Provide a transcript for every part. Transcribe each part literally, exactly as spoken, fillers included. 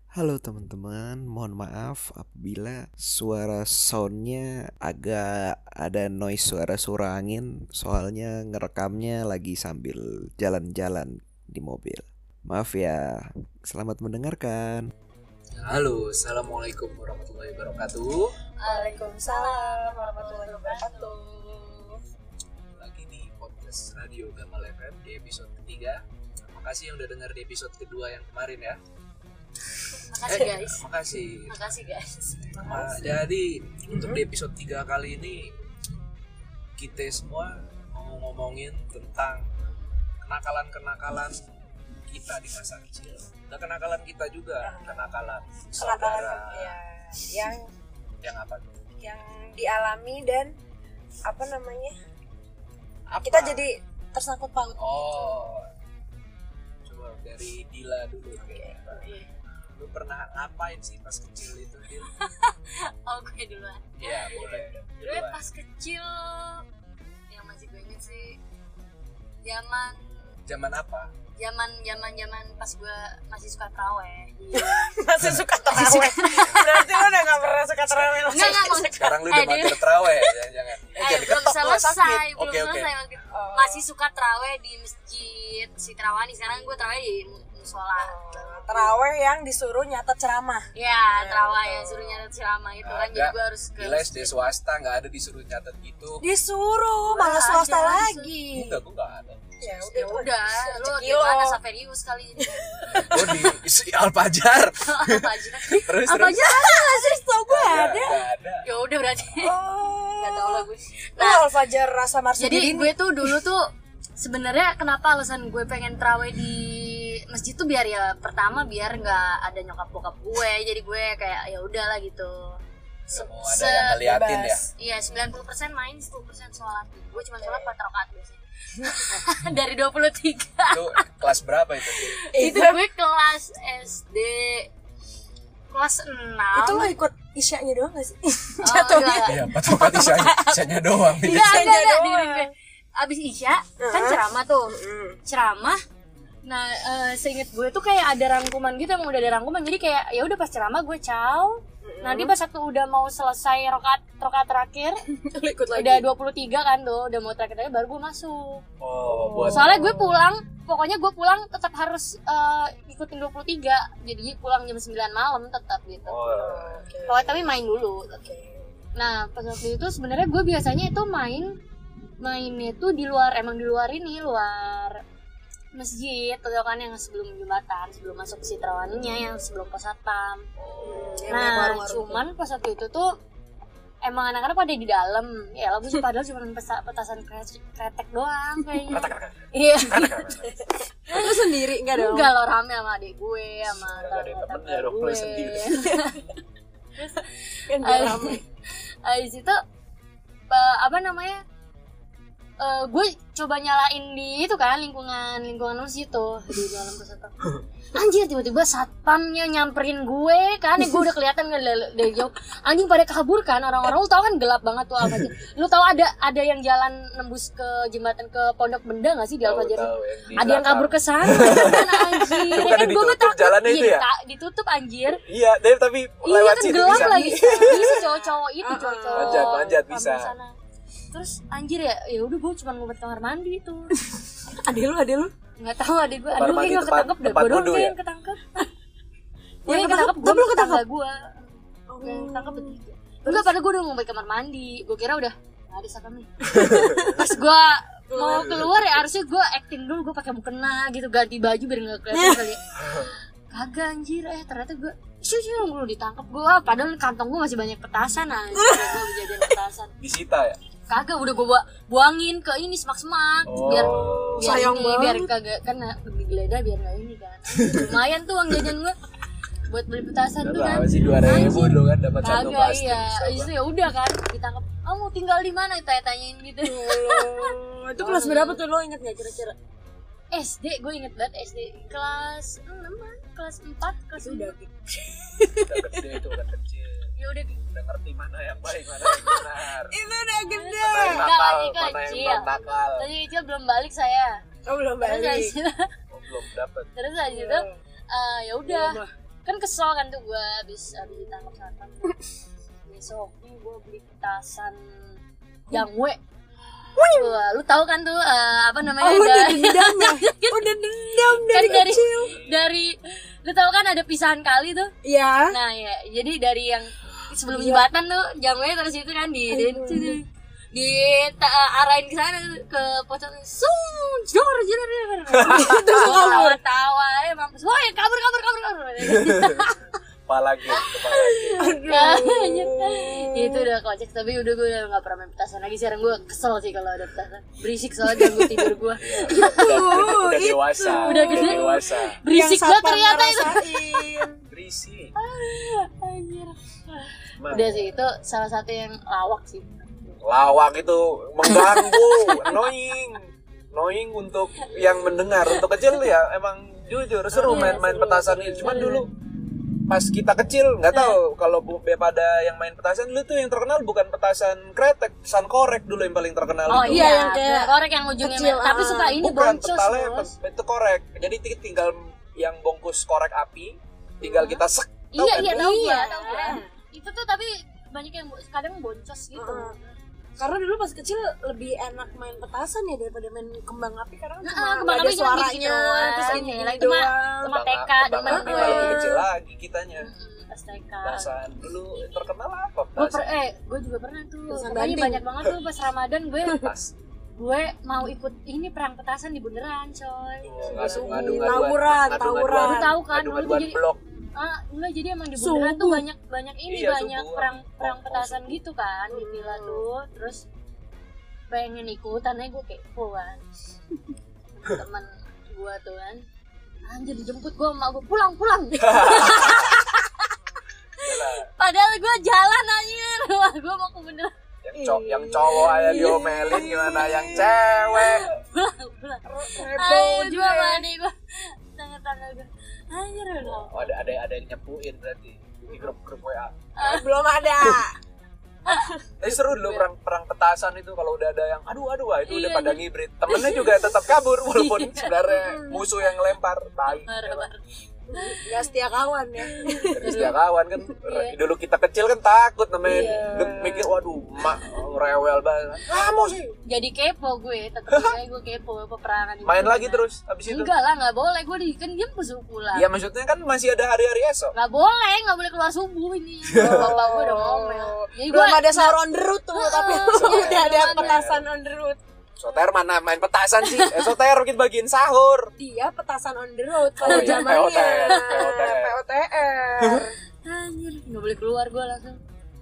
Halo teman-teman, mohon maaf apabila suara soundnya agak ada noise suara-suara angin. Soalnya ngerekamnya lagi sambil jalan-jalan di mobil. Maaf ya, selamat mendengarkan. Halo, assalamualaikum warahmatullahi wabarakatuh. Waalaikumsalam warahmatullahi wabarakatuh. Lagi di podcast Radio Gamal F M di episode ketiga. Makasih yang udah dengar di episode kedua yang kemarin ya. Makasih Eh, guys. Makasih. Makasih guys. Nah, jadi untuk di episode tiga kali ini kita semua mau ngomongin tentang kenakalan-kenakalan kita di masa kecil. Dan kenakalan kita juga, kenakalan Kenakalan saudara. ya, yang Yang apa tuh? yang dialami dan apa namanya Apa? kita jadi tersangkut paut. Oh, coba dari Dila dulu kayaknya. Lu pernah ngapain sih pas kecil itu, Dil? Oh gue duluan. Iya, boleh. Gue Duluan. pas kecil yang masih gue inget sih zaman Zaman apa? zaman zaman zaman pas gue masih suka traweh. Masih suka terawih. Berarti lo udah gak pernah suka terawih lagi. Enggak enggak maksud- Sekarang lu Eh, udah dulu- mager traweh, jangan-jangan. Eh, Eh, jangan belum diketok lu, selesai, sakit. belum Oke, oke. selesai waktu itu. Oh. Masih suka traweh di masjid si Terawani. Sekarang gue traweh di musola. Terawih yang disuruh nyatet ceramah. Ya, terawih yang suruh nyatet ceramah itu kan, jadi Ada. gue harus ke Di les di swasta nggak ada disuruh nyatet gitu. Disuruh, Wah, malah swasta ada, lagi. Enggak, gua nggak ada. Ya Ya udah, lu rezeki gimana lo. Saverius kali ini? Gua di si Alpajar. Apa aja? Terus Apa terus. aja ada sih? Tau gue Nggak ada. nggak ada. Ya udah berarti. Oh. Gak tau lah gue. Nah, Nah, Al-Fajar rasa Marsudi jadi ini. gue tuh dulu tuh sebenarnya kenapa alasan gue pengen terawih di masjid tuh biar ya pertama biar nggak ada nyokap bokap gue, jadi gue kayak ya udahlah gitu. Se- Mau ada se- yang ngeliatin ya. Iya, sembilan puluh persen main, sepuluh persen sholat. Gue cuma sholat empat rakaat biasanya. Dari dua puluh tiga. Itu kelas berapa itu? Dil? Itu gue kelas S D kelas enam. Itu lo ikut isyanya doang gak sih? Oh, Jatuhnya. enggak. Iya, empat rakaat isanya, isanya doang. Enggak, Isyanya enggak, enggak. doang. Di, di- abis Isya kan Uh-huh. ceramah tuh. Mm. Ceramah. Nah, eh, seinget gue tuh kayak ada rangkuman gitu, emang udah ada rangkuman. Jadi kayak ya udah pas ceramah gue caw. Nanti pas waktu udah mau selesai rokaat rokaat terakhir, Lo ikut lagi. udah dua puluh tiga kan tuh, udah mau terakhir terakhir baru gue masuk. Oh, buat Soalnya gue pulang, pokoknya gue pulang tetap harus eh, ikutin dua puluh tiga. Jadi pulang jam sembilan malam tetap gitu. Oh, Oke. Pokoknya tapi main dulu. Oke. Nah, pas waktu itu sebenarnya gue biasanya itu main mainnya tuh di luar, emang di luar ini, luar masjid, atau kan yang sebelum jembatan, sebelum masuk si Trawaninya, yang sebelum pos satpam. Yang banyak Nah, warung-warung cuman pas waktu itu tuh emang anak-anak pada di dalam. Ya, lah gue sih padahal cuma pesa- petasan kre- kretek doang kayaknya. Iya. Lu sendiri enggak dong? Enggak, lo rame sama adik gue, sama Nggak ada tante temennya dong, lu gue. sendiri. Terus Kan dia Abis- rame. Abis itu eh, apa namanya, Eh, gue coba nyalain di itu kan lingkungan lingkungan masjid tuh di dalam pesantren. Anjir, tiba-tiba satpamnya nyamperin gue kan, ya gue udah kelihatan nggak dari, dari jauh. Anjing pada kabur kan orang-orang, lu tau kan gelap banget tuh Al-Fajr. Lu tau ada ada yang jalan nembus ke jembatan ke Pondok Benda nggak sih di Al-Fajr? tahu, yang di Ada yang kabur belakang. ke sana kan anjir. Itu Ya bukan kan gue ditutup takut. jalannya itu Iya, ya? Kak, ditutup anjir. Iya, tapi tapi Iya lewat kan situ gelap bisa. lagi. Bisa cowok-cowok itu, Ah, ah. cowok-cowok. Manjat, manjat kabur bisa. sana. Terus anjir ya, ya udah gue cuma ngumpet kamar mandi itu. Adek lu, adek lu. Nggak tahu adek gue, Kamar aduh mandi kayaknya nggak tempat- ketangkep deh. tempat Gue doang wudhu kayak ya? yang ketangkep. Gue Yang yang ketangkep? ketangkep, Tapi lu gue ketangkep? tetangga gue. Yang ketangkep bertiga. Enggak, padahal gue udah ngumpet kamar mandi. Gue kira udah nggak ada siapa nih. Pas gue mau keluar ya harusnya gue acting dulu, gue pakai mukena gitu, ganti baju biar nggak kelihatan kali. ya. Kagak anjir, eh ternyata gue sih sih gue ditangkep gue, padahal kantong gue masih banyak petasan anjir, gue kejadian petasan. Disita ya? Kagak, udah gue buangin ke ini semak-semak Oh. biar biar Sayang ini banget. biar kagak kan beli geledah biar nggak ini kan. Lumayan tuh uang jajan gue buat beli petasan tuh kan. Berapa sih dua ribu Anjir. dulu kan dapat satu Kagak plastik. iya, sama. itu ya udah kan ditangkap. Kamu tinggal di mana? Tanya-tanyain gitu. Oh, itu kelas berapa tuh lo inget gak kira-kira? S D, gue inget banget S D kelas enam kan, kelas empat, kelas Itu udah lima. Udah gede itu udah kecil. Ya udah Udah ngerti mana yang baik mana yang benar. Itu udah gede. Mana yang Enggak, nakal, masih mana yang kecil. non nakal. tadi kecil belum balik saya. Oh belum Terus balik. habis itu, Oh, belum dapat. terus habis itu eh, ya udah. kan kesel kan tuh gue abis abis ditangkap satpam. Besoknya gue beli petasan jangwe. Wah, lu tahu kan tuh uh, apa namanya? Oh, udah dari, dendam ya? Udah dendam dari kan dari, kecil. Dari lu tahu kan ada pisahan kali tuh? Iya. Nah ya, jadi dari yang sebelum Iya. jembatan tuh jangwe terus itu kan di di, di, di ta- arahin ke sana ke pocong sung jor jor terus tawa tawa eh mampus woi kabur kabur kabur kabur Kepala gitu, kepala gitu. itu udah kocak tapi udah gue udah nggak pernah main petasan lagi sekarang gue kesel sih kalau ada petasan berisik soalnya ganggu tidur gue Udah, udah dewasa. Udah gede. dewasa. berisik banget ternyata itu Berisik. anjir Emang. udah sih itu salah satu yang lawak sih Lawak itu mengganggu, annoying. Annoying untuk yang mendengar. Untuk kecil ya emang jujur seru main-main petasan itu. Cuman dulu pas kita kecil nggak tahu kalau bu- pada yang main petasan dulu tuh yang terkenal bukan petasan kretek, petasan korek dulu yang paling terkenal oh itu. iya yang yang kayak korek yang ujungnya kecil, merah. tapi ah. suka ini Bukan, boncos petalnya bos pe- itu korek. Jadi ti- tinggal yang bungkus korek api, tinggal kita sek. Tahu iya kan? iya tahu Iya. gua tahu gua itu tuh tapi banyak yang bo- kadang boncos gitu Heeh. Karena dulu pas kecil lebih enak main petasan ya daripada main kembang api karena Nah, cuma kembang ada api cuma suaranya gitu doang. terus Iya, ini lah, itu mah doang. sama T K Bang demen Api gue lebih kecil lagi kitanya. Mm, pas T K Petasan dulu terkenal apa? gue per Petasan. eh gue juga pernah tuh Petasan pokoknya banting. banyak banget tuh pas Ramadan gue Pas. gue mau ikut ini perang petasan di bundaran coy Oh, ngadu- Subuh-subuh. ngadu- Tawuran, ngadu- tawuran. Lu tahu kan dulu tuh ngadu-ngaduan jadi blok. ah enggak jadi emang di bundaran tuh Subuh. banyak banyak ini Iya, banyak subuh. perang perang Oh, petasan subuh. gitu kan di villa tuh terus pengen ikutan aja gue kepo kan teman gue tuh kan anjir dijemput gue sama gue pulang pulang Yalah, padahal gue jalan anjir wah gue mau ke bundaran yang cowok yang cowok aja diomelin gimana yang cewek. pulang pulang Heboh anjir gue juga ya. mandi gue tangga-tangga gue anjir udah Oh, ada ada ada yang nyepuin berarti di grup-grup W A. Belum ada. Eh seru dulu perang perang petasan itu kalau udah ada yang aduh aduh wah, itu udah Iya, pada ngibrit. Temennya juga tetap kabur walaupun sebenarnya musuh yang lempar tai. marah-marah Gak setia kawan ya. Terus dia kawan kan Iya. dulu kita kecil kan takut namanya Iya. Dek- mikir waduh mak rewel banget. Kamu sih. jadi kepo gue tetep aja gue kepo peperangan itu. Main lagi terus habis itu. enggak lah nggak boleh gue di kan jam suruh pulang Ya maksudnya kan masih ada hari-hari esok. nggak boleh nggak boleh keluar subuh ini bapak gue udah ngomel jadi gue Belum ada sahur on the road tuh, tapi iya, udah ada belum ada. petasan on the road. Soter mana main petasan sih? Eh Soter bikin bagian sahur. Dia petasan on the road Oh kalau iya, zamannya. P O T R, P O T R. P O T R. anjir nggak boleh keluar gue langsung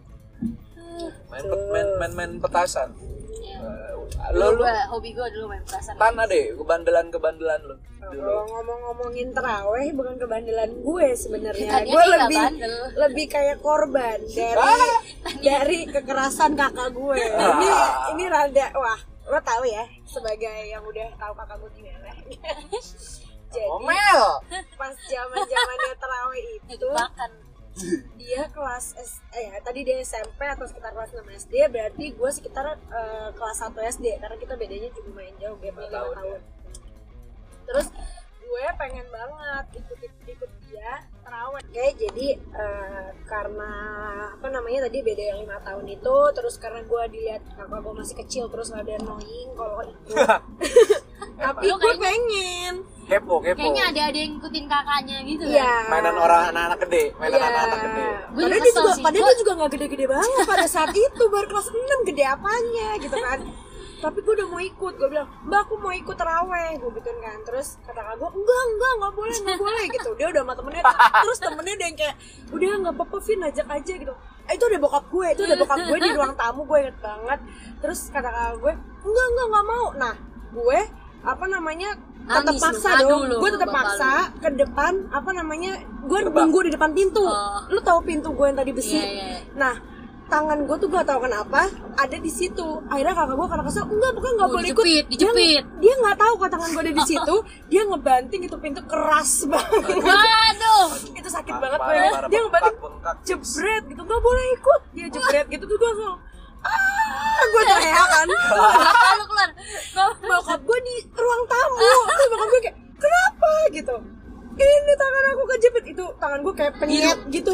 Main pet- main main, main petasan. ya. Eh, Dulu Lo lu gue hobi gue dulu main petasan tanah deh kebandelan-kebandelan lo. Dulu. Kalau ngomong-ngomongin teraweh bukan kebandelan gue sebenarnya. Tadinya Gue dia nggak lebih bandel. lebih kayak korban dari dari kekerasan kakak gue. Ini ini rada wah, lo tahu ya sebagai yang udah tahu kakak gue gimana. Jadi Omel. pas zaman-zamannya teraweh itu makan dia kelas S eh ya, tadi dia S M P atau sekitar kelas enam S D, berarti gue sekitar eh, kelas satu S D karena kita bedanya juga main jauh gapnya lima tahun, tahun. Terus gue pengen banget ikut ikut dia terawih. Oke, jadi eh, karena apa namanya tadi beda yang lima tahun itu, terus karena gue dilihat kakak gue masih kecil terus ada annoying kalau ikut. Tapi Lu gue kayaknya- pengen. Kepo, kepo. kayaknya ada ada yang ngikutin kakaknya gitu kan Iya. Mainan orang anak-anak gede, mainan Iya. anak-anak gede. Gua Padahal juga dia kesel juga, sih. padahal Gua- dia juga gak gede-gede banget pada saat itu, baru kelas enam, gede apanya gitu kan. Tapi gue udah mau ikut, gue bilang, mbak aku mau ikut terawih, gue gituin kan. Terus kata kakak gue, enggak, enggak, gak boleh, gak boleh gitu. Dia udah sama temennya, terus temennya udah yang kayak, udah gak apa-apa Vin, ajak aja gitu. Eh, itu udah bokap gue, itu udah bokap gue di ruang tamu, gue inget banget. Terus kata kakak gue, enggak, enggak, gak mau. Nah, gue, apa namanya, tetap Nangis lu, paksa ngadu dong, lu gue tetap sama bapak paksa ke depan, apa namanya, gue Gerbang. nunggu di depan pintu. Oh. Lu tahu pintu gue yang tadi besi? Iya, iya. Nah, tangan gue tuh gak tahu kenapa ada di situ. Akhirnya kakak gue karena kesel, enggak, pokoknya nggak Oh, boleh ikut. dijepit, dijepit. Dia, dia nggak tahu kalau tangan gue ada di situ. Dia ngebanting itu pintu keras banget. waduh Itu sakit Parah, banget parah, gue. parah, Dia ngebanting bengkak, bengkak. jebret gitu, nggak boleh ikut. Dia jebret gitu tuh gue langsung, ah, gue teriak kan. lalu keluar Bokap gue di ruang tamu. Terus bokap gue kayak, kenapa gitu? Ini tangan aku kejepit. Itu tangan gue kayak penyet gitu.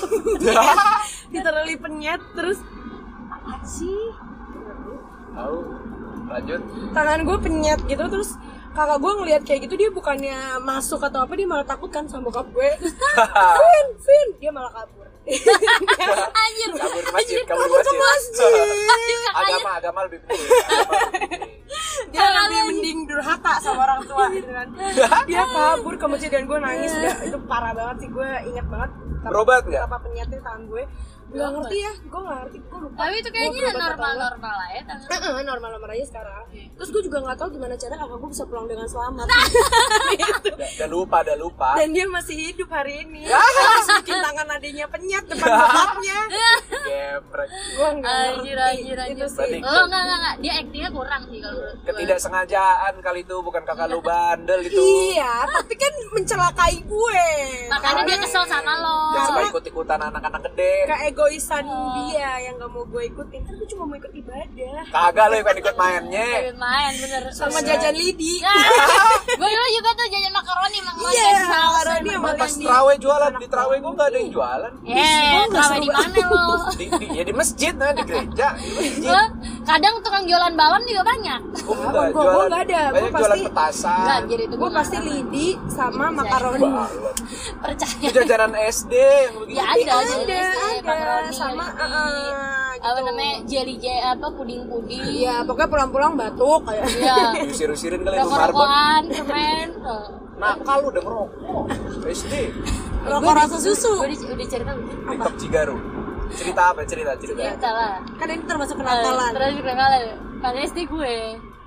Literally penyet terus Apa sih? Tahu. Lanjut. tangan gue penyet gitu terus kakak gue ngelihat kayak gitu dia bukannya masuk atau apa dia malah takut kan sama bokap gue. Vin, Vin, dia malah kabur. Anjir. Kabur masjid, kabur Kabur ke masjid. masjid. Agama, agama lebih penting. Agama lebih penting. Dia lebih mending durhaka sama orang tua gitu kan. Dia kabur ke masjid dan gue nangis udah itu parah banget sih gue ingat banget. Berobat nggak? Apa penyetnya tangan gue? Gak ngerti ya, gue gak ngerti, gue lupa. Tapi itu kayaknya normal-normal lah ya tangan. Heeh, normal-normal aja sekarang. Terus gue juga nggak tahu gimana cara kakak gue bisa pulang dengan selamat. Udah lupa, udah lupa. Dan dia masih hidup hari ini. Terus bikin tangan adiknya penyet depan bokapnya. Geprek. Gue nggak Anjir, ngerti. anjir, anjir. Itu sih. Oh, enggak, enggak, enggak. Dia aktingnya kurang sih kalau menurut gue. Ketidaksengajaan kali itu, bukan kakak lu bandel gitu. Iya, tapi kan mencelakai gue. Makanya dia kesel sama lo. Gak suka ikut-ikutan anak-anak gede. Keegoisan dia yang gak mau gue ikutin. Kan gue cuma mau ikut ibadah. Kagak lu ikut ikut mainnya. Main, main bener. Sama jajan lidi. Gue dulu juga tuh jajan makaroni, makaroni Iya, saus. makaroni sama Pas Lidi. terawih jualan, di terawih gue gak ada yang jualan. Eh, terawih di mana lo? Di, di, ya di masjid, nah, di gereja, di masjid. Gua kadang tukang jualan balon juga banyak. Gue enggak Gua- gua jualan, nggak ada. Gua banyak jualan pasti- Enggak, petasan. anjir itu Gue pasti lidi sama makaroni. Balon. percaya. Itu jajanan S D yang begitu. Ya ada, Ada, jajan S D, ada. makaroni Sama, lidi. uh, gitu. Apa namanya? Jelly jelly apa puding-puding. Iya, pokoknya pulang-pulang batuk kayak. Iya. Diusir-usirin kali lu marbot. Rokok-rokokan, permen. Oh. Nakal lu udah ngerokok. S D. Rokok rasa susu. Gue udah, udah cerita belum? TikTok Cigaru. Cerita apa? Cerita, cerita. Cerita lah. Kan ini termasuk Eh, kenakalan. Terus kenakalan. Pas S D gue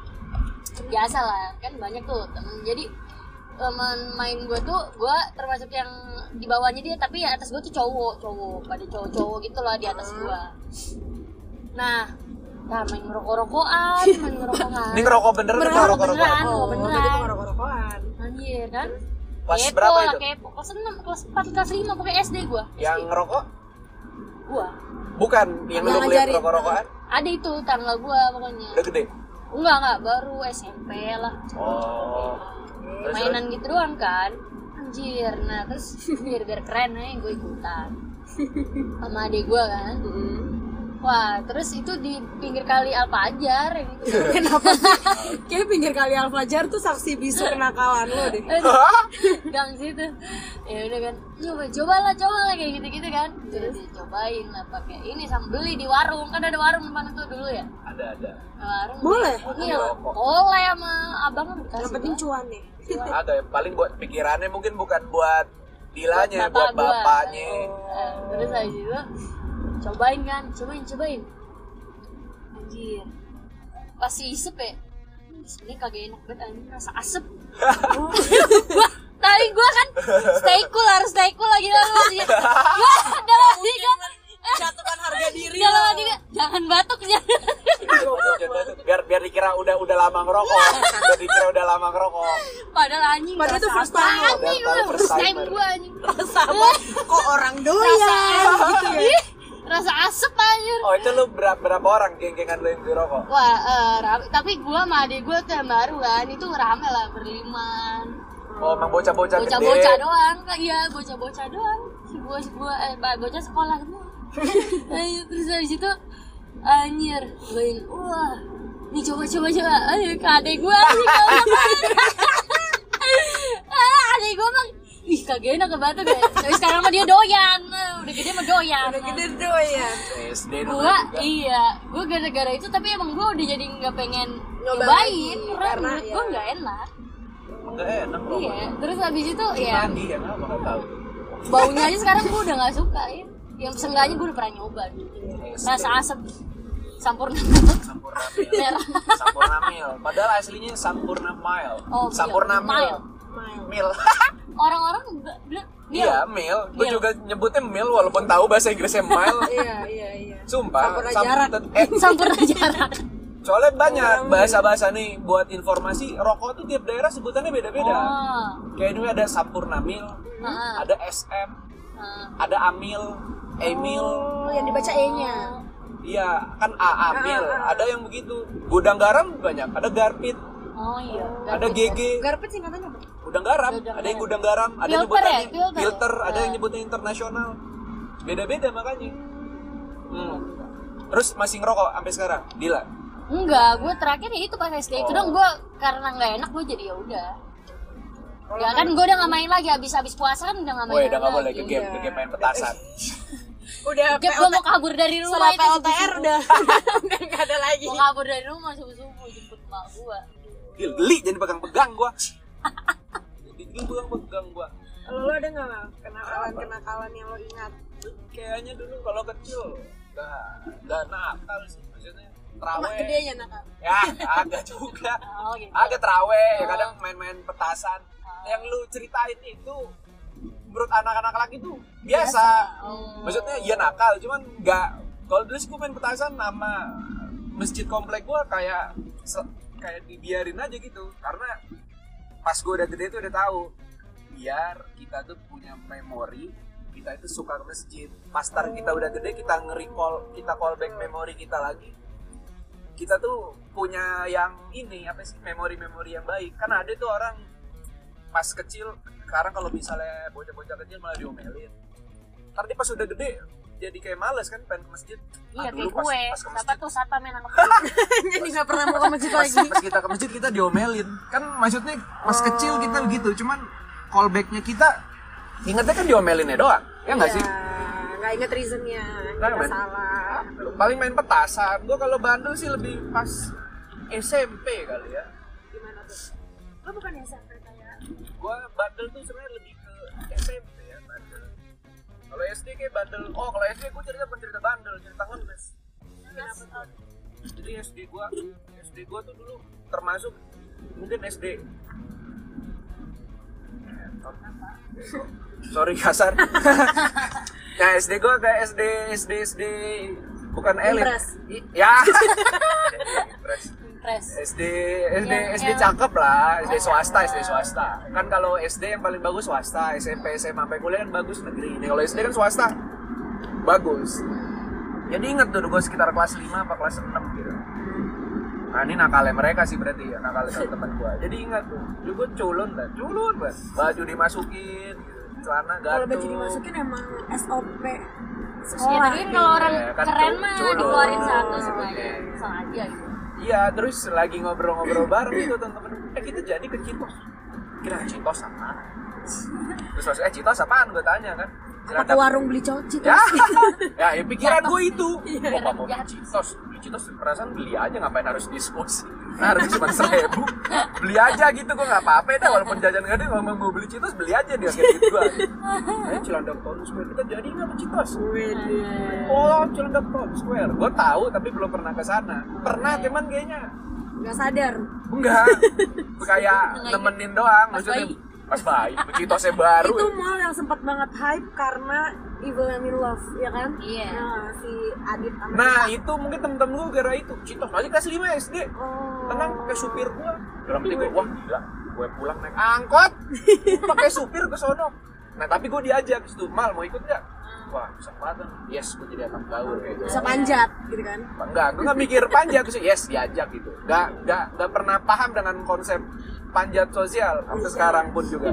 biasa lah, kan banyak tuh temen. Jadi teman main gue tuh, gue termasuk yang di bawahnya dia, tapi ya atas gue tuh cowok, cowok, pada cowok-cowok gitu lah di atas gue. Nah, nah main ngerokok-rokokan, main ngerokok-rokokan. Ini ngerokok bener nih Beneran, ngerokok beneran. rokokan. Oh, beneran. jadi tuh ngerokok-rokokan. Anjir kan? Pas Kepo berapa lah, itu? Kepo. Kelas enam, kelas empat, kelas lima, pokoknya S D gue. Yang ngerokok? Gua. Bukan, yang lu Yang lihat ngajarin. rokok-rokokan? Ada itu tangga gua pokoknya. Udah gede? Enggak, enggak, baru S M P lah. Oh. Terus, Mainan gitu doang kan. Anjir. Nah, terus biar biar keren aja gue ikutan. Sama adik gua kan. Wah, terus itu di pinggir kali Alfajar yang itu. Kenapa sih? Kayak pinggir kali Alfajar tuh saksi bisu kenakalan lo deh. Gang situ. Ya udah kan. Coba coba lah, coba lah kayak gitu-gitu kan. Terus dicobain lah pakai ini sama beli di warung. Kan ada warung depan itu dulu ya. Ada, ada. Warung. Boleh? Iya, Rokok. boleh sama abang dikasih. Yang penting Bang. cuan nih. Ada yang paling buat pikirannya mungkin bukan buat dilanya, Buat buat, bapak gua. bapaknya. Eh, terus habis itu cobain kan, cobain, cobain. Anjir. Pas isep ya, ini kagak enak banget anjir, rasa asep. Gua, tadi gua kan stay cool, harus stay cool lagi dalam hati. Gua dalam hati kan, Jatuhkan harga diri dalam lo. hati kan, jangan batuk jangan. biar biar dikira udah udah lama ngerokok, biar dikira udah lama ngerokok. Padahal anjing. Padahal itu rasa first time lo. anjing, Padahal gua first first time timer. gua anjing. Rasa apa? Kok orang doyan gitu ya? Ih, rasa asep anjir. Oh itu lu berapa, berapa orang geng-gengan lu yang beli rokok? Wah, eh, rame. Tapi gua sama adik gua tuh yang baru kan, itu rame lah berlima. Oh emang bocah-bocah gede. Bocah-bocah doang, iya bocah-bocah doang. Si gua, si gua, eh, ba- bocah sekolah semua. Ayo, terus habis itu anjir, gua wah, nih coba-coba coba, ayo ke adik gua, adik gua, ah, adik gua mah, ih kagak enak kebatuk ya. Tapi sekarang mah dia doyan, nah, udah gede mah doyan. Udah gede doyan. S D dulu Gua juga. iya, gua gara-gara itu tapi emang gua udah jadi nggak pengen Nyoba nyobain lagi, karena karena menurut ya. gua nggak enak. Enggak enak rokok. Iya, terus habis itu ya Mandi ya kenapa nggak tahu. baunya aja sekarang gua udah nggak suka ya. Yang seenggaknya gua udah pernah nyoba. Rasa asap sampurna Sampurna mil. merah. Sampurna mil. Padahal aslinya Sampurna mile. Oh, Sampurna mil. mil. Mil. Orang-orang bilang mil. Iya, mil. Gue Mil. juga nyebutnya mil walaupun tahu bahasa Inggrisnya mile. Iya, iya, iya. Sumpah. Sampurna sam- jarak. Eh, Sampurna jarak. soalnya banyak bahasa-bahasa nih buat informasi. Rokok tuh tiap daerah sebutannya beda-beda. Oh. Kayak ini ada Sampurna mil, Heeh. ada S M, Heeh. ada Amil, Emil. Oh, yang dibaca E-nya. Iya, kan A Amil. Ada yang begitu. Gudang garam banyak. Ada Garpit. Oh iya. Ada G G. Garpet singkatannya apa? Gudang garam, Gudang ada yang garam. gudang garam, ada yang Filter nyebutannya ya? Filter. filter, ada yang Nah. nyebutnya internasional. Beda-beda makanya. Hmm. Terus masih ngerokok sampai sekarang? Dila. Enggak, gue terakhir ya itu pas S D itu Oh. dong gue karena nggak enak gue jadi ya udah. Ya kan gue udah nggak main lagi habis habis puasa kan udah nggak main. Woi, udah nggak lagi. boleh ke game, ke game main petasan. Udah Gap gue mau kabur dari rumah setelah itu P L T R subuh-subuh. udah udah nggak ada lagi. Mau kabur dari rumah subuh-subuh jemput emak gue. Gil, geli jadi pegang-pegang gua. Jadi geli pegang-pegang gua. Kalau lo ada nggak Mal? kenakalan-kenakalan yang lo ingat? Kayaknya dulu kalau kecil nggak nggak nakal sih, maksudnya Mak terawih. gedenya nakal. Ya, agak juga. Oh gitu. Agak terawih, ya kadang main-main petasan. Yang lu ceritain itu menurut anak-anak laki tuh biasa. Oh. Maksudnya ya nakal, cuman nggak. Kalau dulu sih gue main petasan sama masjid komplek gue kayak se- kayak dibiarin aja gitu. Karena pas gue udah gede tuh udah tahu biar kita tuh punya memori, kita itu suka ke masjid. Pas tar kita udah gede kita nge-recall, kita call back memori kita lagi. Kita tuh punya yang ini apa sih, memori-memori yang baik. Karena ada tuh orang pas kecil, sekarang kalau misalnya bocah-bocah kecil malah diomelin. Ntar dia pas udah gede jadi kayak males kan pengen ke masjid. Iya Ah, dulu kayak pas- gue. pas ke Siapa masjid, tuh satpam yang nangkep Jadi nggak pernah mau ke masjid pas, lagi. pas kita ke masjid kita diomelin. Kan maksudnya pas kecil kita begitu, cuman callbacknya kita ingetnya kan diomelinnya doang. Ya nggak sih? Nggak inget reasonnya. Nggak, Nggak men. salah. Paling main petasan. Gue kalau bandel sih lebih pas S M P kali ya. Gimana tuh? Lo bukan S M P kayak? Gue bandel tuh sebenarnya lebih ke S M P ya bandel. Kalau S D kayak bandel. Oh kalau S D gue cerita bukan cerita bandel, cerita ngenes. Kenapa tuh? Jadi S D gue, S D gue tuh dulu termasuk mungkin S D. Sorry kasar. Nah S D gue kayak S D S D S D bukan elit. Impres. I- Ya. Impres. Pres. S D S D Yang- S D yang- cakep lah, S D swasta, S D swasta. Kan kalau S D yang paling bagus swasta, S M P, S M A sampai kuliah kan bagus negeri. Ini kalau S D kan swasta. Bagus. Jadi ingat tuh gue sekitar kelas lima apa kelas enam gitu. Nah ini nakalnya mereka sih berarti ya, nakalnya teman-teman gue. Jadi ingat tuh, dulu gue culun dah, culun banget. Baju dimasukin, gitu. Celana gantung. Kalau baju dimasukin emang S O P Ya sekolah. tapi kan kalau orang Iya, kan keren tuh, mah culun. dikeluarin satu sengaja, Oke. sengaja gitu. Iya, terus lagi ngobrol-ngobrol bareng gitu teman-teman. Eh kita jadi ke Citos. Kira Citos apa? Terus maksudnya, eh Citos apaan? Gue tanya kan. Apa ke warung beli coci tuh? Ya, ya, ya pikiran gue itu. Iya, Kok mau beli Citos? Beli Citos perasaan beli aja, ngapain harus diskusi? Nah, harus cuma seribu. Beli aja gitu, gue nggak apa-apa dah. Walaupun jajan gede, kalau mau beli Citos beli aja dia kayak gitu gue. Eh Cilandak Town Square kita jadi nggak ke Citos? Oh Cilandak Town Square. Gue tahu tapi belum pernah ke sana. Pernah cuman kayaknya Nggak sadar. enggak. Kayak nemenin doang. Pas Maksudnya bayi. pas bayi. Citosnya baru. Itu mall yang sempat banget hype karena Evil and in Love, ya kan? Iya. Nah, si Adit sama Nah Tita. itu mungkin temen-temen gue gara itu Citos masih kelas lima S D. Oh. Tenang pakai supir gue. Dalam hati gue, wah gila, gue pulang naik angkot, pakai supir ke sono. Nah tapi gue diajak situ, Mal mau ikut nggak? Wah bisa banget, yes gue jadi anak gaul kayak gitu. Bisa panjat gitu kan? Enggak, gue nggak mikir panjat terus yes diajak gitu. Nggak nggak nggak pernah paham dengan konsep panjat sosial sampai sekarang pun juga.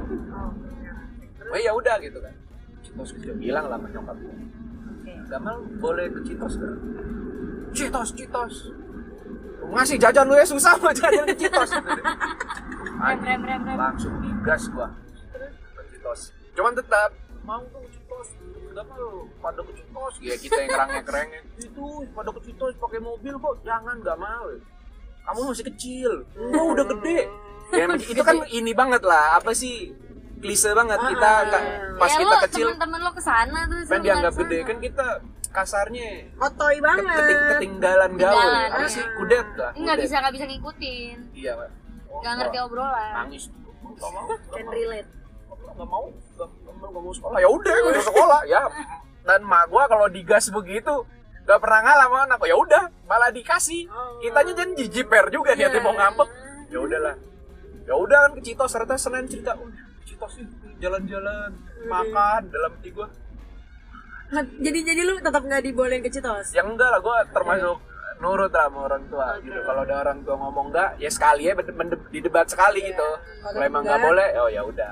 Oh ya udah gitu kan. Citos gue bilang lah sama nyokap gue. Gamal boleh ke Citos gak? Citos, Citos. Ngasih jajan lu ya susah mau jajan ke Citos. Rem, rem, rem, rem. Langsung digas gua ke Citos. Cuman tetap mau tuh ke Citos. Enggak mau pada ke Citos. Ya kita yang kerangnya-kerengnya. Itu pada ke Citos pakai mobil kok. Jangan, enggak mau. Kamu masih kecil. Enggak udah gede. Ya itu kan ini banget lah. Apa sih? Klise banget kita ka- pas ya kita lo, kecil temen-temen lo kesana tuh kan dianggap gede kan kita kasarnya Otoy banget. keting ketinggalan gaul. Ketinggalan, Apa iya. sih kudet lah. nggak kudet. bisa nggak bisa ngikutin, Iya, Pak. Oh, nggak ngerti wah, obrolan. Nangis. Enggak mau. Can relate. Enggak mau. Enggak mau sekolah. Ya udah, gue mau sekolah ya. Dan mak gua kalau digas begitu gak pernah ngalah sama anak. Ya udah, malah dikasih. Kitanya jadi jijiper juga dia Iya. mau ngambek. Ya udahlah. Ya udah kan ke Citos ternyata Senin cerita, "Oh, Citos sih jalan-jalan, makan dalam hati gua." Nah, jadi jadi lu tetap nggak dibolehin ke Citos? Ya enggak lah, gua termasuk nurut lah sama orang tua gitu. Kalau ada orang tua ngomong enggak, ya sekali ya didebat sekali Iya. gitu. Kalau Kalau emang enggak- nggak boleh, oh ya udah.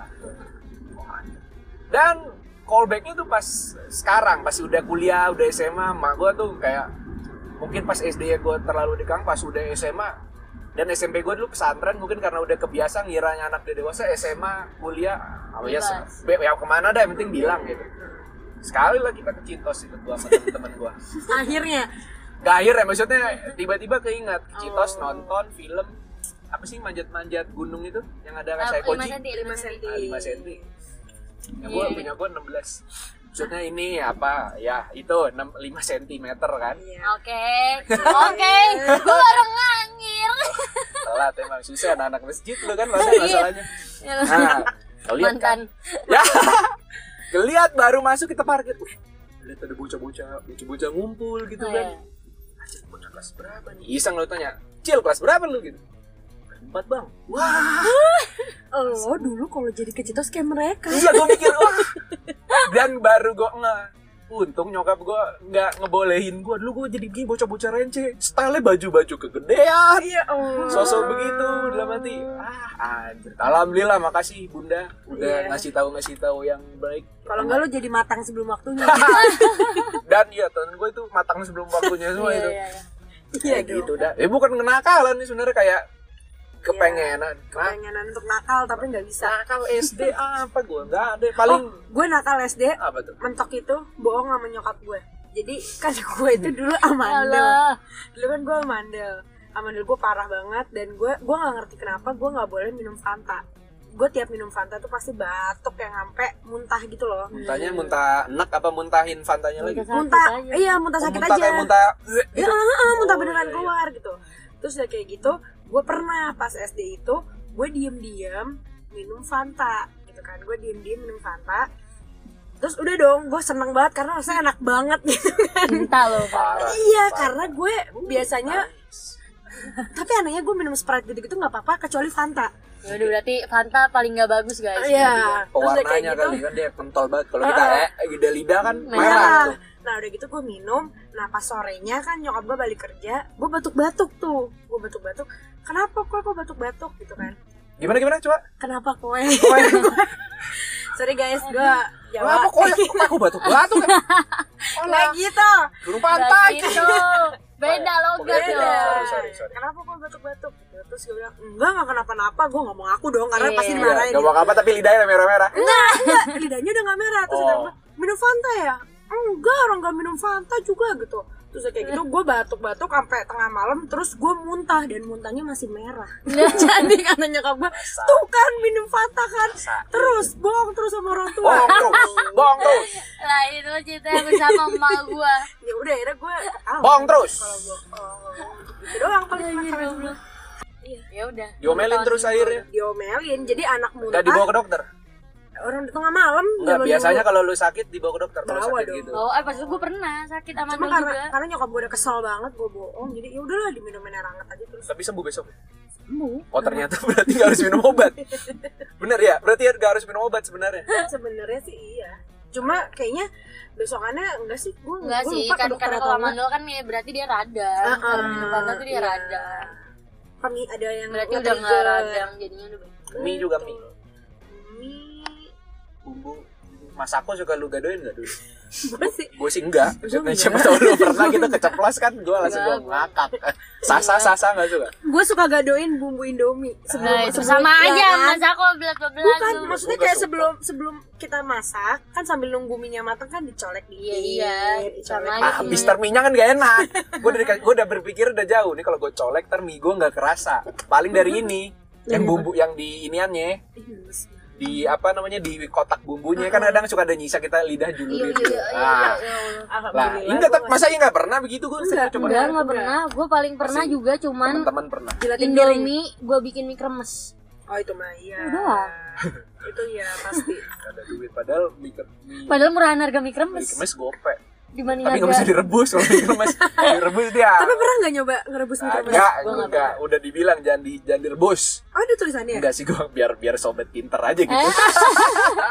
Dan callbacknya tuh pas sekarang, pas udah kuliah, udah S M A, mak gue tuh kayak mungkin pas S D ya gue terlalu dikang, pas udah S M A dan S M P gue dulu pesantren mungkin karena udah kebiasa ngiranya anak dia dewasa, S M A, kuliah, oh ya, Bebas. be- ya kemana dah, yang penting bilang gitu. Sekali lah kita ke Citos itu gua sama temen-temen gua. Akhirnya Gak akhir ya, maksudnya tiba-tiba keingat ke Citos nonton film apa sih manjat-manjat gunung itu yang ada kayak lima koji senti, lima senti. Ah, lima senti. Yang gua Iya. punya gua enam belas. Maksudnya ini apa? Ya, itu enam lima sentimeter kan. iya. Oke, oke, gue baru ngangir. Telat emang susah anak-anak masjid lu kan masa Iya. masalahnya. Nah, kau lihat kan. Mantan. Ya. Kelihat baru masuk kita parkir. Wih, lihat ada bocah-bocah, bocah-bocah ngumpul gitu Oh, kan. iya. Acil bocah kelas berapa nih? Iseng lo tanya, Cil kelas berapa lu gitu? Kelas empat bang. Wah, Lo dulu kalau jadi ke Citos kayak mereka. iya gue mikir wah. Dan baru gue nge untung nyokap gue nggak ngebolehin gue. Dulu gue jadi gini bocah-bocah rence, style baju-baju kegedean. Iya, oh. Sosok begitu dalam hati. Ah, anjir. Alhamdulillah, makasih Bunda udah Iya. ngasih tahu ngasih tahu yang baik. Kalau enggak lo jadi matang sebelum waktunya. Dan iya temen gue itu matang sebelum waktunya semua Iya, itu. iya, iya. Iya Kayak gitu dah. Eh bukan kenakalan nih sebenarnya, kayak kepengenan. Nah, Kepengenan untuk nakal tapi nggak bisa. nakal S D apa gue nggak ada. Paling Oh, gue nakal S D, apa tuh? mentok itu bohong sama nyokap gue. Jadi kan gue itu dulu Ya amandel. Allah. Dulu kan gue amandel. Amandel gue parah banget dan gue gue nggak ngerti kenapa gue nggak boleh minum Fanta. Gue tiap minum Fanta tuh pasti batuk yang sampai muntah gitu loh. Muntahnya muntah enak apa muntahin fantanya lagi? Sakit Muntah, aja. iya muntah Oh, sakit muntah aja. kayak muntah. Ya, ah, muntah Oh, beneran iya, iya. keluar gitu. Terus udah kayak gitu, gue pernah pas S D itu, gue diem-diem minum Fanta gitu kan. Gue diem-diem minum Fanta. Terus udah dong, gue seneng banget karena rasanya enak banget gitu kan. Cinta loh, Pak. Parah. Iya, Parah. karena gue biasanya, tapi anehnya gue minum Sprite gitu-gitu nggak apa-apa kecuali Fanta. Ya udah berarti Fanta paling nggak bagus guys. Iya. Terus udah kayak Pewarnanya gitu, kali kan dia pentol banget. Kalau kita Ah. eh lidah lidah kan Merah. merah. merah. tuh. Nah udah gitu gue minum. Nah pas sorenya kan nyokap gue balik kerja, gue batuk-batuk tuh. Gue batuk-batuk. Kenapa kok kok batuk-batuk gitu kan? Gimana gimana coba? Kenapa kowe? Kowe. Sorry guys, gue jawab. Kenapa kowe? Kok aku batuk-batuk kan? Nggak gitu. Burung Nggak pantai. gitu. Beda logat Beda. dong. Sorry, sorry, sorry. Kenapa kok batuk-batuk? Gitu. Terus gue bilang, enggak, enggak kenapa-napa. Gue ngomong aku dong, karena Iya. pasti Iya, dimarahin. gak mau apa tapi lidahnya merah-merah. Enggak, enggak. Lidahnya udah gak merah. Terus Oh. dia bilang, minum Fanta ya? Enggak, orang gak minum Fanta juga gitu. Terus kayak gitu, gue batuk-batuk sampai tengah malam. Terus gue muntah, dan muntahnya masih merah. Jadi kata nyokap gue, tuh kan minum Fanta kan. Terus, bohong terus sama orang tua. Bohong terus, bohong terus, Lah itu cerita yang bersama emak gua. Ya udah, akhirnya gue ketawa. bohong terus. Kalau gue, oh, itu doang paling nakal. Ya udah. Diomelin terus akhirnya. Diomelin, jadi anak muntah. Gak dibawa ke dokter? Orang di tengah malam. Enggak, zaman biasanya dulu. kalau lu sakit dibawa ke dokter kalau Bawa sakit dong. gitu. Oh, eh pas itu gue pernah sakit sama Cuma Mel karena, juga. karena nyokap gue udah kesel banget, gue bohong. Jadi ya udahlah diminumin air hangat aja terus. Tapi sembuh besok. Sembuh. Oh ternyata berarti gak harus minum obat. Bener ya? Berarti gak harus minum obat sebenarnya. Sebenarnya sih iya. Cuma kayaknya besokannya enggak sih, gue Enggak gue sih, lupa ke kan dokter karena atau kalau enggak. mandel kan ya berarti dia radang. Ah, Kalau ah, minum Fanta tuh dia iya. radang. Pemi ada yang Berarti udah nge-trigger. nggak radang jadinya udah baik. Mie juga mie. Mie. Bumbu Masako suka lu gadoin gak dulu? Gue sih Gue sih enggak. Maksudnya enggak. siapa tau lu pernah kita keceplos kan, gue langsung Enggak, gue ngakak. Sasa sasa gak suka? gue suka gadoin bumbu Indomie Nah, itu sebelum- sama ya aja kan? Mas aku belas belas. Bukan, maksudnya Gua kayak suka. sebelum sebelum kita masak kan sambil nunggu minyak matang kan dicolek dikit. Iya, iya. dicolek. Sama Ah, aja. habis terminyak kan gak enak. Gue udah gue udah berpikir udah jauh nih kalau gue colek termi gue nggak kerasa. Paling dari ini yang bumbu yang di iniannya Ih, lemes. di apa namanya di kotak bumbunya kan kadang suka ada nyisa kita lidah Iya, julurin. iya, iya, Nah, iya, iya. lah, Alhamdulillah, enggak gua tapi masa ya nggak pernah begitu gue sering coba. Enggak, enggak pernah. Gue paling pernah Pasti juga cuman Teman-teman pernah. jilatin piring. Indomie gue bikin mie kremes. Oh itu mah iya. Udah. Itu ya pasti. Ada duit padahal mie ke- mie Padahal murahan harga mie mie kremes kemes gope. dibanding Tapi nggak bisa harga. direbus kalau mie kemes. Direbus dia. Tapi pernah nggak nyoba ngerebus mie kremes? Enggak, Gua nggak enggak. Udah dibilang jangan di jangan direbus. Oh ada tulisannya. Enggak sih gue biar biar sobat pinter aja gitu. Eh?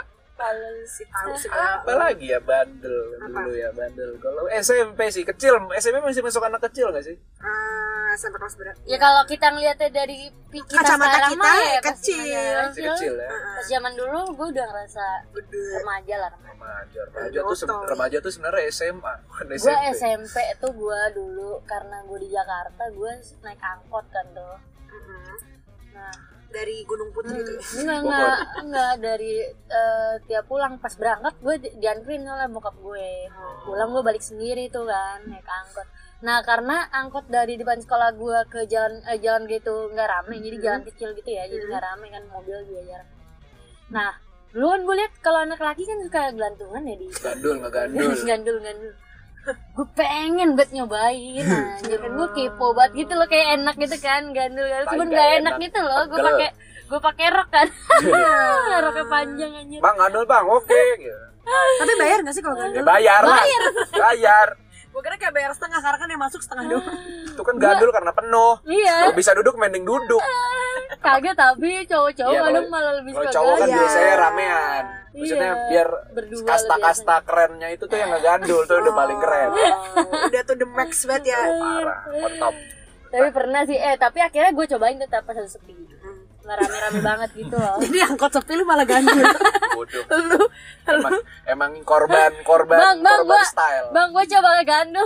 Kalau si tahu sih. Apa lagi ya bandel dulu ya bandel. Kalau S M P sih kecil, S M P masih masuk anak kecil nggak sih? Ah, sampai kelas berapa? Ya kalau kita ngeliatnya dari pi- kita Kacamata sekarang kita mah ya pas kecil. masih Masih kecil ya. Pas zaman dulu gue udah ngerasa Bener. remaja lah. remaja. Remaja, remaja tuh se- remaja tuh sebenarnya S M A, bukan S Gue M P. S M P tuh gue dulu karena gue di Jakarta gue naik angkot kan tuh. Mm-mm. Nah, Dari Gunung Putri itu ya. enggak enggak enggak dari eh, tiap pulang pas berangkat gue di- dianterin oleh bokap gue. Pulang gue balik sendiri tuh kan naik angkot. Nah karena angkot dari depan sekolah gue ke jalan eh, jalan gitu nggak rame, jadi jalan kecil gitu ya, jadi nggak rame kan, mobil juga jarang. Nah dulu kan gue lihat kalau anak laki kan suka gelantungan ya di Gandul nggak gandul. gandul gandul. Gue pengen banget nyobain anjir kan, gue kepo banget gitu loh, kayak enak gitu kan gandul gandul, cuman Nggak gak enak enak. gitu loh. Gue Pegel. pakai gue pakai rok kan, roknya panjang anjir. Bang gandul bang, oke. Gitu. Tapi bayar nggak sih kalau Ya, gandul? bayar lah. Bayar. Gue kira kayak bayar setengah karena kan yang masuk setengah doang. Itu kan gandul karena penuh. Iya, Kalau bisa duduk mending duduk. kagak, tapi cowok-cowok Iya, kadang kalau- malah lebih Kalau suka cowok kan gandul. biasanya ramean. Maksudnya Iya, biar berdua kasta-kasta kerennya itu tuh yang ngegandul tuh udah paling keren. Oh, udah tuh the max banget ya. Parah, on top. Tapi pernah sih, eh tapi akhirnya gue cobain tetap pas sepi. Nggak rame-rame banget gitu loh. Jadi angkot sepi lu malah gandul. Bodoh. Lu Emang, emang korban korban Bang, bang, korban gua, style. bang, gue coba gandul.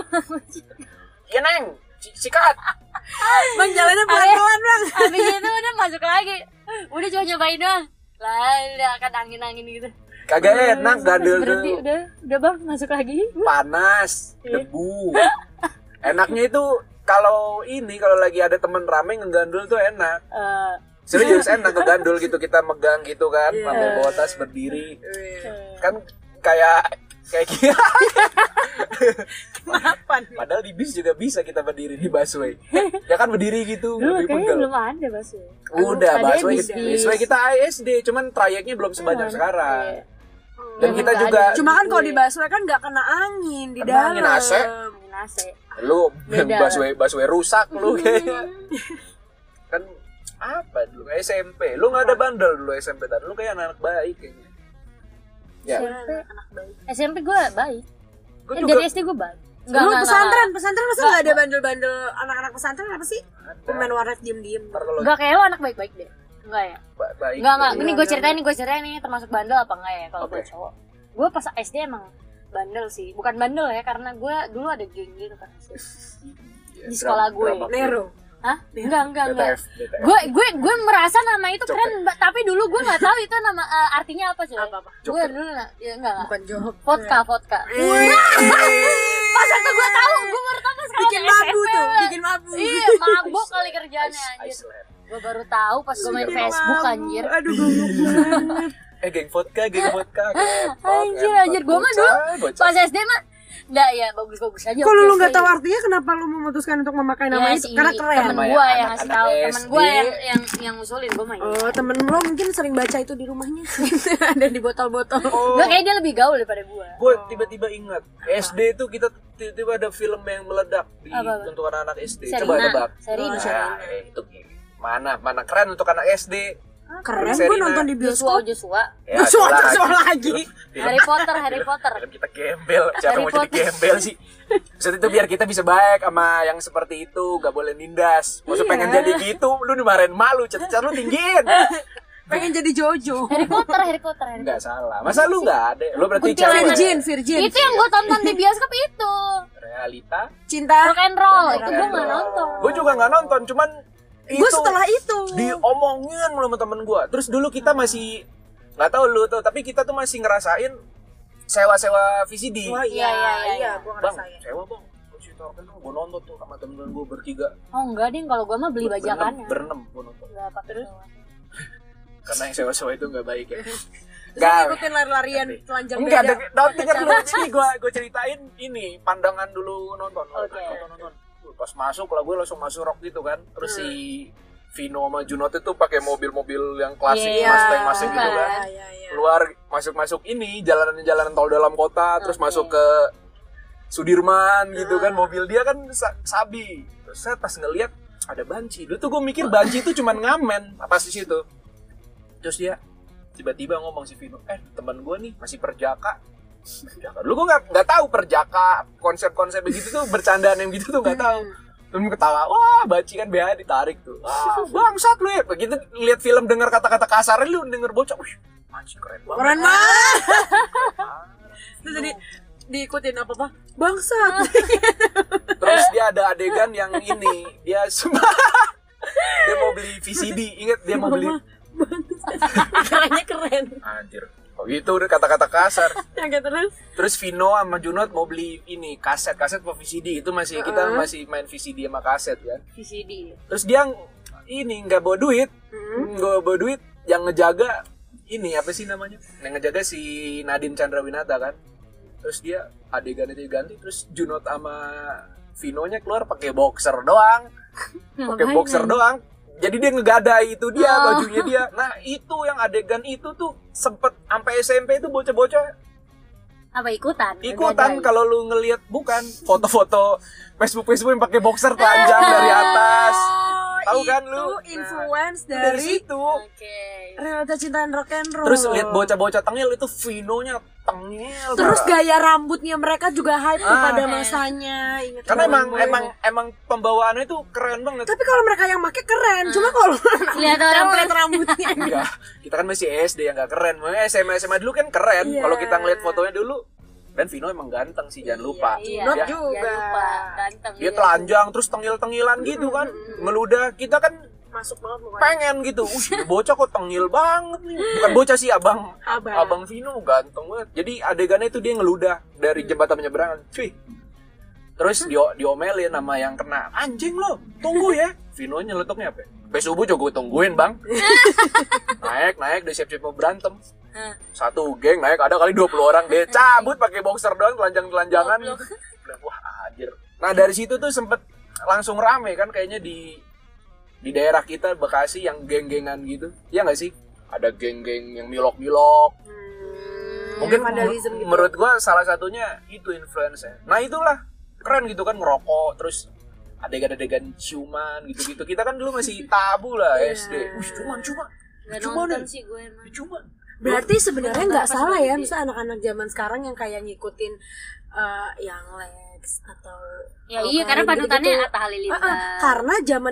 Iya neng, si- sikat. bang jalannya pelan-pelan bang. Habis itu udah masuk lagi. Udah coba nyobain doang. Lah, udah akan angin-angin gitu. Kagak enak gandul Berhenti, tuh. udah, udah bang, masuk lagi. Panas, Iya. debu. Enaknya itu kalau ini kalau lagi ada temen rame ngegandul tuh enak. Eh, Serius enak ngegandul gitu, kita megang gitu kan, Iya. sambil bawa tas berdiri. Kan kayak kayak gitu. Kenapa nih? Padahal di bis juga bisa kita berdiri di busway. Ya kan berdiri gitu, dulu lebih kayaknya pegel. belum ada basnya. Udah, Ada busway, bis-bis. busway kita A S D, cuman trayeknya belum sebanyak Iya. sekarang. Iya. Dan Iya, kita nggak juga ada. Cuma kan kalau Gue. di busway kan nggak kena angin di Kena dalam. angin, A C. Angin A C. lu Beda. busway busway rusak lu kayaknya. Kan apa dulu S M P, lu nggak ada bandel dulu S M P tadi, lu kayak anak baik kayaknya. Ya, S M P, Anak baik. S M P gue baik. gua Eh, juga dari S D gue baik. Enggak, Lu enggak, pesantren, pesantren masa nggak ada bandel-bandel anak-anak pesantren apa sih? ada. Pemain warnet diem-diem. Ntar kalau enggak kayak lo anak baik-baik deh. Enggak ya? ba- baik. Enggak, enggak. baik. Ini gue ceritain nih, gue ceritain nih termasuk bandel apa enggak ya kalau Oke. gue cowok. Gue pas S D emang bandel sih. Bukan bandel ya, karena gue dulu ada geng gitu kan. Ya, di sekolah gue. drama- Nero. Hah? Enggak, enggak, B T enggak. F, B T F. Gue gue gue merasa nama itu Copet. keren, Mbak, tapi dulu gue nggak tahu itu nama eh, artinya apa coy. Apa-apa? Gue dulu nggak, ya enggak. enggak. Bukan jawab. Vodka, vodka. Wih. Pas itu gue tahu, gue baru tahu pas Bikin kalau mabu S M P. tuh, bikin mabu. Iya, mabuk kali kerjaannya Ice- anjir. Iceland. Gue baru tahu pas gue main Bikin Facebook Mabu. anjir. Aduh goblok banget. Eh geng vodka, geng vodka. geng vodka, Anjir, geng anjir. Gue mah bocah, dulu bocah. pas S D mah enggak ya, bagus-bagus aja. Kalau oke, lu nggak oke. tahu artinya, kenapa lu memutuskan untuk memakai nama Ya, itu? si Karena keren. temen Namanya gue yang anak- ngasih anak tahu, temen S D. gue yang yang yang ngusulin gue main. Oh, temen lo mungkin sering baca itu di rumahnya. Ada di botol-botol. Oh, Enggak, kayak dia lebih gaul daripada gue. gue tiba-tiba ingat S D itu kita tiba-tiba ada film yang meledak di Apa, apa? untuk anak-anak S D. Serina. Coba tebak. Serina. Nah, itu mana mana keren untuk anak S D. Keren, Serina. gue nonton di Joshua, bioskop. Joshua. Ya, Joshua, itulah Joshua lagi. lagi. Film- Harry Potter, Harry Potter. film kita gembel. Siapa Harry mau jadi Potter. gembel sih? Maksud itu biar kita bisa baik sama yang seperti itu, gak boleh nindas. Maksud Iya. pengen jadi gitu, lu dimarahin malu, cat-cat lu tinggiin. Pengen jadi Jojo. Harry Potter, Harry Potter, Harry Enggak salah. Masa lu enggak ada? Lu berarti Kuntilanak. cewek. Virgin, Virgin. Itu yang gue tonton di bioskop itu. Realita. Cinta. Rock and roll, Rock itu and gue nggak roll. nonton. Gue juga nggak nonton, cuman Gue itu setelah itu. diomongin mulu sama temen gue. Terus dulu kita masih nggak tahu lu tuh, tapi kita tuh masih ngerasain sewa-sewa V C D. Wah, Iya, iya, iya, iya, iya. gue Bang, ngerasain. sewa bang. Gue cerita kan, gue nonton tuh sama temen-temen gue bertiga. Oh enggak deh, kalau gue mah beli Berenam, bajakannya. berenam gue nonton. Enggak pakai sewa. Karena yang sewa-sewa itu nggak baik ya. Terus Nggak. ngikutin lari-larian telanjang Enggak, dada. ada denger dulu. Ini gue gue ceritain ini pandangan dulu nonton. Oke. Nonton nonton. Pas masuk lah gue langsung masuk rock gitu kan. Terus si Vino sama Junot itu pakai mobil-mobil yang klasik Iya, Mustang-Mustang gitu bukan. kan. Iya, iya, iya. Keluar masuk-masuk ini jalanan-jalanan tol dalam kota, terus Oke. masuk ke Sudirman gitu kan. Mobil dia kan sa- sabi. Terus saya pas ngeliat ada banci. Dulu tuh gue mikir banci itu cuman ngamen apa sih situ. Terus dia tiba-tiba ngomong si Vino, eh teman gue nih masih perjaka. Perjaka. Dulu gue nggak nggak tahu perjaka, konsep-konsep begitu tuh, bercandaan yang gitu tuh nggak tahu. Terus ketawa, wah bajingan B H ditarik tuh. Wah bangsat lu ya. Begitu lihat film dengar kata-kata kasar lu denger bocah, wih anjing keren banget. Keren banget. Terus jadi diikutin apa-apa bangsat. Terus dia ada adegan yang ini, dia dia mau beli V C D, inget dia mau beli. Kerennya keren. Anjir. Oh gitu udah kata-kata kasar. Oke terus. Terus Vino sama Junot mau beli ini kaset, kaset apa V C D itu masih kita Uh-uh. masih main V C D sama kaset kan. V C D. Terus dia ini nggak bawa duit, nggak bawa duit, yang ngejaga ini apa sih namanya? Yang ngejaga si Nadine Chandrawinata kan. Terus dia adegan itu diganti, terus Junot sama Vinonya keluar pakai boxer doang, pakai Ngapain, boxer kan? doang. Jadi dia ngegadai itu dia, Oh. bajunya dia. Nah itu yang adegan itu tuh sempet sampai S M P itu bocah-bocah Apa ikutan? ikutan Ngegadai. kalau lu ngelihat bukan foto-foto Facebook Facebook yang pakai boxer telanjang dari atas. Tahu kan lu? Itu influence Nah, dari, dari situ. Oke. realita cinta dan rock and roll. Terus lihat bocah-bocah tengil itu Vinonya tengil. Terus Kak. gaya rambutnya mereka juga hype tuh Ah. pada masanya. Ingat Karena zaman emang gue. emang emang pembawaannya itu keren banget. Tapi kalau mereka yang make keren, cuma kalau Lihat orang template rambutnya. Enggak, kita kan masih S D yang nggak keren. Makanya S M A S M A dulu kan keren. Iya. Kalau kita ngeliat fotonya dulu, dan Vino emang ganteng sih, jangan lupa. Iya, Not Dia, juga. jangan lupa. Ganteng. dia iya. telanjang terus tengil-tengilan gitu kan, meludah. Kita kan Masuk banget mukanya. pengen gitu. Uh, ini bocah kok tengil banget nih. Bukan bocah sih, abang. Abang. Abang Vino ganteng banget. Jadi adegannya itu dia ngeludah dari jembatan penyeberangan. Cuy. Terus di diomelin sama yang kena. Anjing lo, tunggu ya. Vino nyeletuknya apa? Sampai subuh juga gue tungguin, Bang. naik, naik, udah siap-siap mau berantem. Hah. Satu geng naik, ada kali dua puluh orang. Dia cabut pakai boxer doang, telanjang-telanjangan. Goblok. Wah, anjir. Nah, dari situ tuh sempet langsung rame kan kayaknya di di daerah kita Bekasi yang geng-gengan gitu. Iya nggak sih? Ada geng-geng yang milok-milok. Hmm, Mungkin vandalism m- gitu. menurut gua salah satunya itu influence-nya. Nah, itulah keren gitu kan, ngerokok terus adegan-adegan ciuman gitu-gitu. Kita kan dulu masih tabu lah Iya. S D. Wih, ciuman, ciuman. Gak Ciuman nonton nih. sih gue emang. Ciuman. Berarti sebenarnya nggak Pas salah ya, gede. misalnya anak-anak zaman sekarang yang kayak ngikutin eh, yang Lex atau Ya atau iya, karena kayak panutannya gitu-gitu. Atta Halilintar. Ah, ah, karena zaman